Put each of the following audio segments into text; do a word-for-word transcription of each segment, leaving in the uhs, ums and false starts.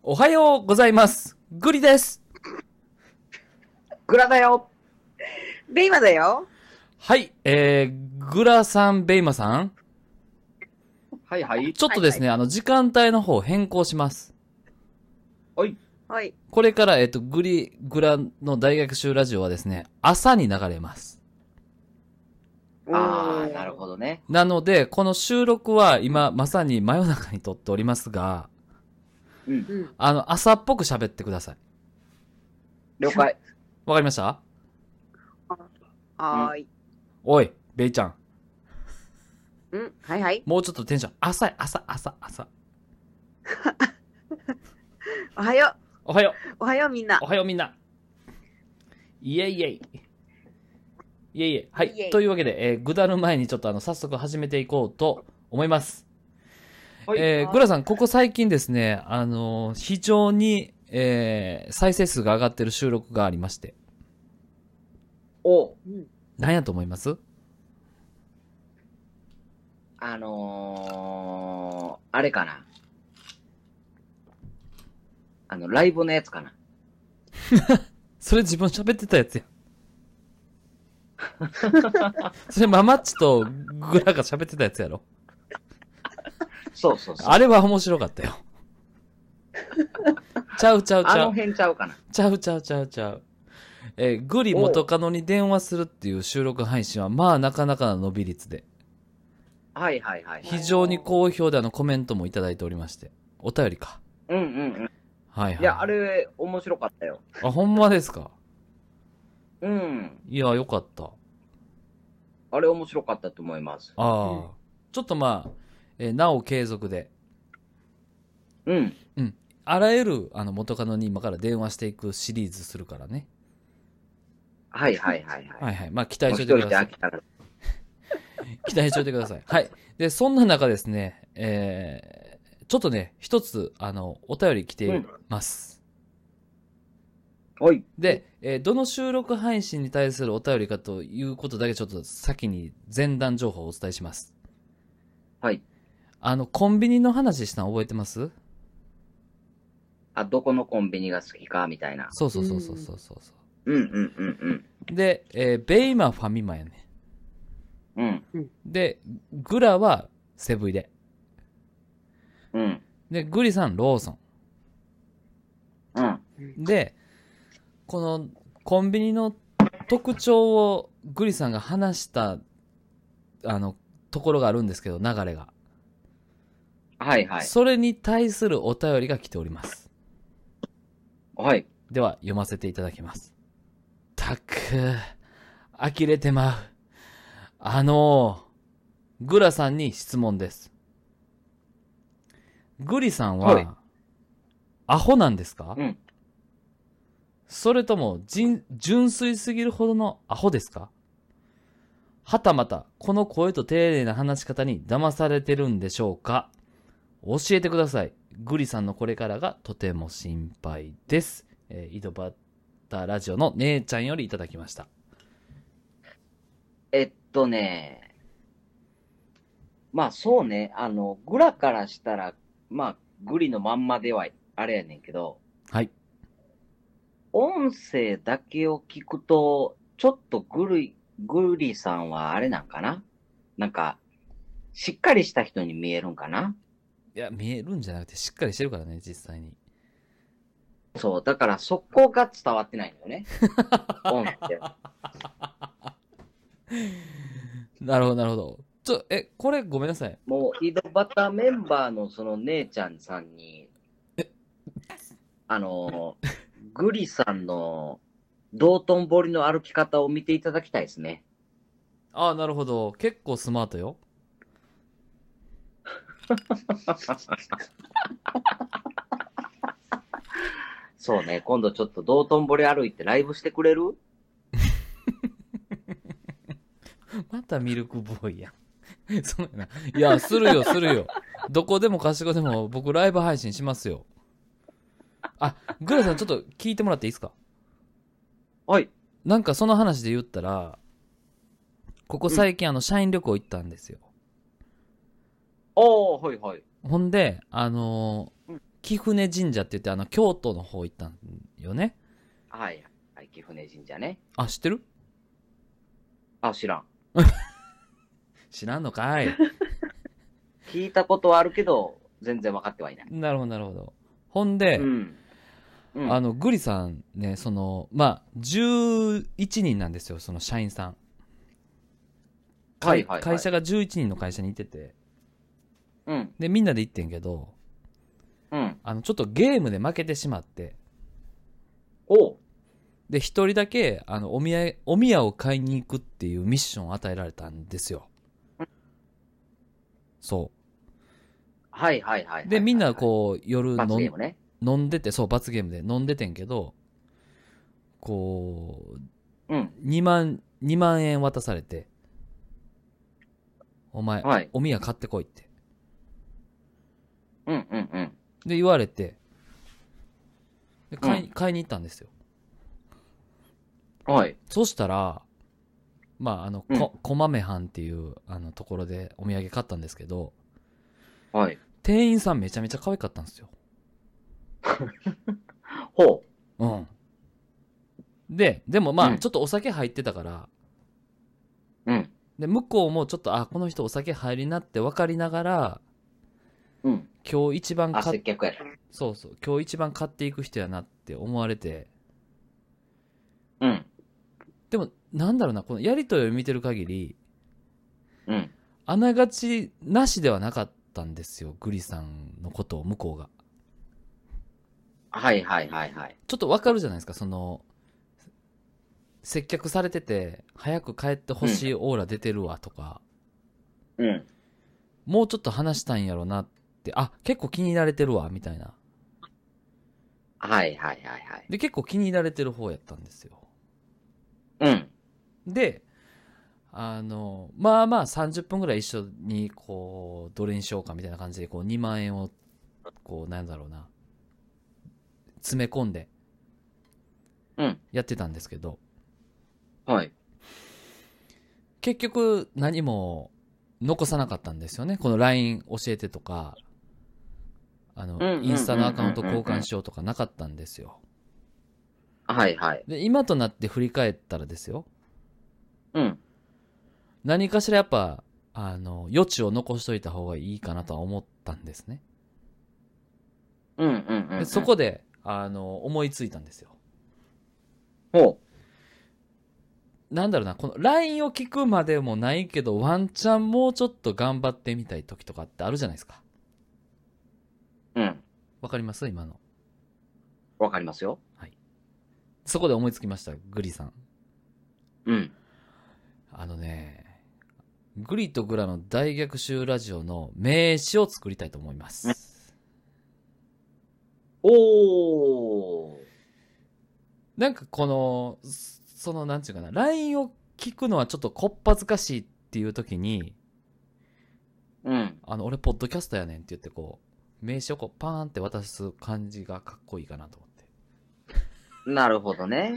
おはようございます。グリです。 グラだよ。 ベイマだよ。 はい、えー、グラさん、ベイマさん。 はいはい。 ちょっとですね、 はいあの、時間帯の方変更します。 はい。 はい。 これから、えっと、グリ、グラの大学習ラジオはですね、朝に流れます。 あー、なるほどね。 なので、この収録は今、まさに真夜中に撮っておりますが、 うん。 うん。 あの、朝っぽく喋ってください。 了解。 わかりました？ はーい。 おい、ベイちゃん。 うん。はいはい。 もうちょっとテンション、朝い、朝、朝、朝。 おはよおはよう。おはようみんなう。お。はようみんな。イェイイェイ。いえいえ。はい。 イエイというわけで、えー、ぐだる前にちょっとあの、早速始めていこうと思います。 はい。 えー、グラさん、ここ最近ですね、あのー非常に、えー、再生数が上がってる収録がありまして。 お、 うん。 何やと思います？ あのー、あれかな。あの、ライブのやつかな。 それ自分喋ってたやつや。それママッチとグラが喋ってたやつやろ。 そうそうそう。 あれは面白かったよ。ちゃうちゃうちあのゃう。 辺ちゃうかな。 ちゃうちゃうちゃうちゃう。えー、グリ元カノに電話するっていう収録配信は、まあなかなかな伸び率で、 はいはいはい。 非常に好評であのコメントもいただいておりまして、お便りか。 うんうんうん。 はいはい。 いや、あれ、面白かったよ。 あ、ほんまですか？ うん。 いや、よかった。 あれ面白かったと思います。 ああ、 うん、 ちょっとまあ、えーなお継続で、 うん。 あらゆるあの元カノに今から電話していくシリーズするからね。 はいはいはいはい。 はいはい。まあ期待もう一人しておいてください。 で飽きたら。 期待しておいてください。はい。で、そんな中ですね、えー、ちょっとね、一つ、あの、お便り来ています。 はい。 で、えーどの収録配信に対するお便りかということだけちょっと先に前段情報をお伝えします。 はい。 あの、コンビニの話したの覚えてます？ あ、どこのコンビニが好きか、みたいな。 そうそうそうそうそうそうそうんうんうんう。で、えーベイマファミマやね。 うん。うん。 で、グラはセブイで。 うん。 で、グリさんローソン。 うん。 で、このコンビニの特徴をグリさんが話した、あの、ところがあるんですけど、流れが。 はいはい。 それに対するお便りが来ております。 はい。 では、読ませていただきます。たく、呆れてまう。あのー、グラさんに質問です。グリさんは、 はいアホなんですか？ うん。 それとも、純純粋すぎるほどのアホですか？はたまた、この声と丁寧な話し方に騙されてるんでしょうか？教えてください。グリさんのこれからがとても心配です。えー、井戸端ラジオの姉ちゃんよりいただきました。 えっとね、まあそうね、あの、グラからしたら、まあ、グリのまんまでは、あれやねんけど、 はい。 音声だけを聞くと、ちょっとグリ、グリさんはあれなんかななんか、しっかりした人に見えるんかないや、見えるんじゃなくてしっかりしてるからね、実際に。 そう、だからそこが伝わってないんだよね。音声。 なるほど、なるほど。ちょ、え、これごめんなさい。 もう、井戸端メンバーのその姉ちゃんさんに、あの、グリさんの道頓堀の歩き方を見ていただきたいですね。 ああ、なるほど。結構スマートよ。 そうね、今度ちょっと道頓堀歩いてライブしてくれる？ またミルクボーイやん。そうやな。いや、するよ、するよ。どこでもかしこでも僕ライブ配信しますよ。あ、グラさんちょっと聞いてもらっていいですか？ はい。 なんかその話で言ったら、ここ最近あの社員旅行行ったんですよ。 ああ、はいはい。 ほんで、あのー貴船神社って言って、あの、京都の方行ったんよね。 はい。はい。貴船神社ね。 あ、知ってる？ あ、知らん。 知らんのかい。 聞いたことはあるけど、全然分かってはいない。 なるほど、なるほど。ほんで、 うん。うん、 あの、グリさんね、その、まあ、じゅういちにんなんですよ、その社員さん。 はいはいはい会社がじゅういちにんの会社にいてて、 うん。 で、みんなで行ってんけど、 うん。 あの、ちょっとゲームで負けてしまって、 おう。 で、一人だけ、あの、おみや、おみやを買いに行くっていうミッションを与えられたんですよ。そはいはいはいはいはい。 う。で、みんなこう、夜罰飲んゲームね。 飲んでて、そう、罰ゲームで飲んでてんけど、こう、 うん。 にまん、にまん円渡されて、お前、 はいおみや買ってこいって。 うんうんうん。 で、言われて、で買い、 うん買いに行ったんですよ。 はい。 そしたら、まあ、あの、 うんこ、こまめ藩っていう、あの、ところでお土産買ったんですけど、 はい。 店員さんめちゃめちゃ可愛かったんですよ。 ほうん。で、でもまあ、 うんちょっとお酒入ってたから、 う。うん。 で、向こうもちょっと、あ、この人お酒入りなって分かりながら、 うん。 今日一番あ、 買っ接客や。 そうそう、今日一番買っていく人やなって思われて、 うん。 でも、なんだろうな、このやりとりを見てる限り、 うん。 あながちなしではなかったんですよ、グリさんのことを向こうが。 はいはいはいはい。 ちょっとわかるじゃないですか、その、接客されてて、早く帰ってほしいオーラ出てるわとか、 うん。 もうちょっと話したいんやろなって、あ、結構気に入られてるわ、みたいな。 はいはいはいはい。 で、結構気に入られてる方やったんですよ。 うん。 で、あの、まあまあさんじゅっぷんぐらい一緒に、こう、どれにしようかみたいな感じで、こう、にまん円を、こう、なんだろうな、詰め込んで、 うん。 やってたんですけど、 はい。 結局何も残さなかったんですよね。この ライン 教えてとか、あの、 うんうんうんうんうんインスタのアカウント交換しようとかなかったんですよ。 はいはい。 で、今となって振り返ったらですよ。 うん。 何かしらやっぱ、あの、余地を残しといた方がいいかなとは思ったんですね。 うんうんうんうん。 でそこで、あの、思いついたんですよ。 ほなんだろうな、この ライン を聞くまでもないけど、ワンチャンもうちょっと頑張ってみたい時とかってあるじゃないですか。 う。うん。 わかります今の。 わかりますよ。 そこで思いつきました、グリさん。 うん。 あのね、グリとグラの大逆襲ラジオの名詞を作りたいと思います。 おー。 なんかこの、そのなんちゅうかな、ライン を聞くのはちょっとこっぱずかしいっていう時に、 うん。 あの、俺ポッドキャストやねんって言ってこう、名詞をこうパーンって渡す感じがかっこいいかなと思って。 なるほどね。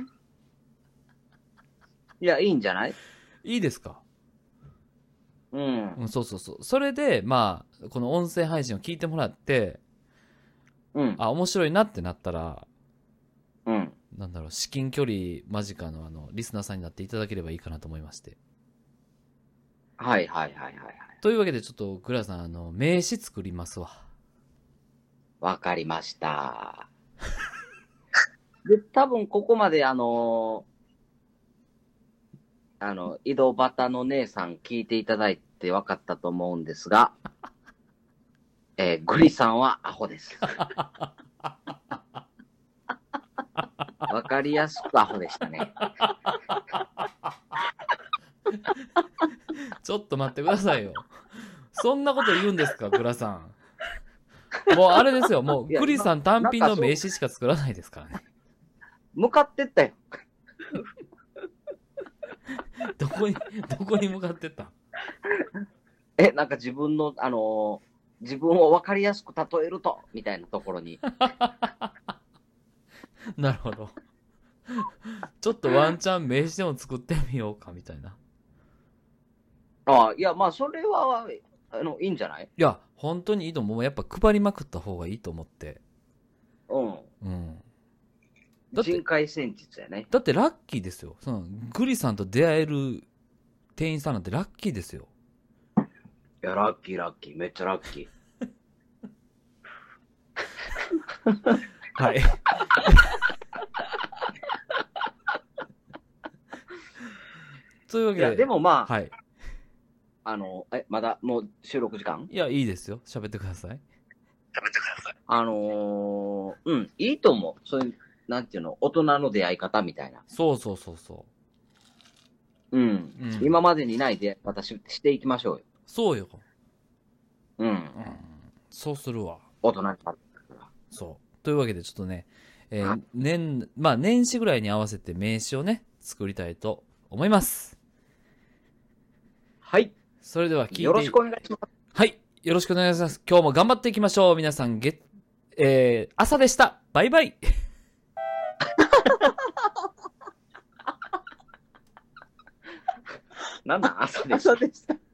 いや、いいんじゃない？ いいですか？ うん。 うん、そうそうそう。それで、まあ、この音声配信を聞いてもらって、 うん。 あ、面白いなってなったら、 うん。 なんだろう、至近距離間近のあの、リスナーさんになっていただければいいかなと思いまして。 はいはいはいはいはい。 というわけでちょっと、グラさん、あの、名詞作りますわ。 わかりました。で、多分ここまであのあの、井戸端の姉さん聞いていただいて分かったと思うんですが、えー、グリさんはアホです。わかりやすくアホでしたね。 ちょっと待ってくださいよ。そんなこと言うんですか、グラさん。もうあれですよ、もう、 いやグリさん単品の名詞しか作らないですからね。 向かってったよ。 どこに、どこに向かってったえ、なんか自分の、あのー自分を分かりやすく例えると、みたいなところに。 なるほど。ちょっとワンチャン名詞でも作ってみようか、みたいな。 ああ、いや、まあ、それは、あの、いいんじゃない？ いや、本当にいいと思う。やっぱ配りまくった方がいいと思って。 うん。だって人海戦術やね。 だってラッキーですよ。その、グリさんと出会える店員さんなんてラッキーですよ。 いや、ラッキーラッキー。めっちゃラッキー。 はい。というわけで。 いや、でもまあ、 はい。 あの、え、まだもう収録時間いや、いいですよ。喋ってください。 喋ってください。あのー、うん、いいと思う。そういう、なんていうの、大人の出会い方みたいな。 そうそうそうそうん。 う。うん、 今までにない出会い方ししていきましょうよ。 そうよ。 うん。 うん。そうするわ。 大人になったから。 そう。というわけで、ちょっとね、えーは年、まあ、年始ぐらいに合わせて名刺をね、作りたいと思います。 はい。 それでは聞いて、 よろしくお願いします。 はい。よろしくお願いします。今日も頑張っていきましょう。皆さん、げ、えー、朝でした。バイバイ。 なんだ、朝でした。 そうでした。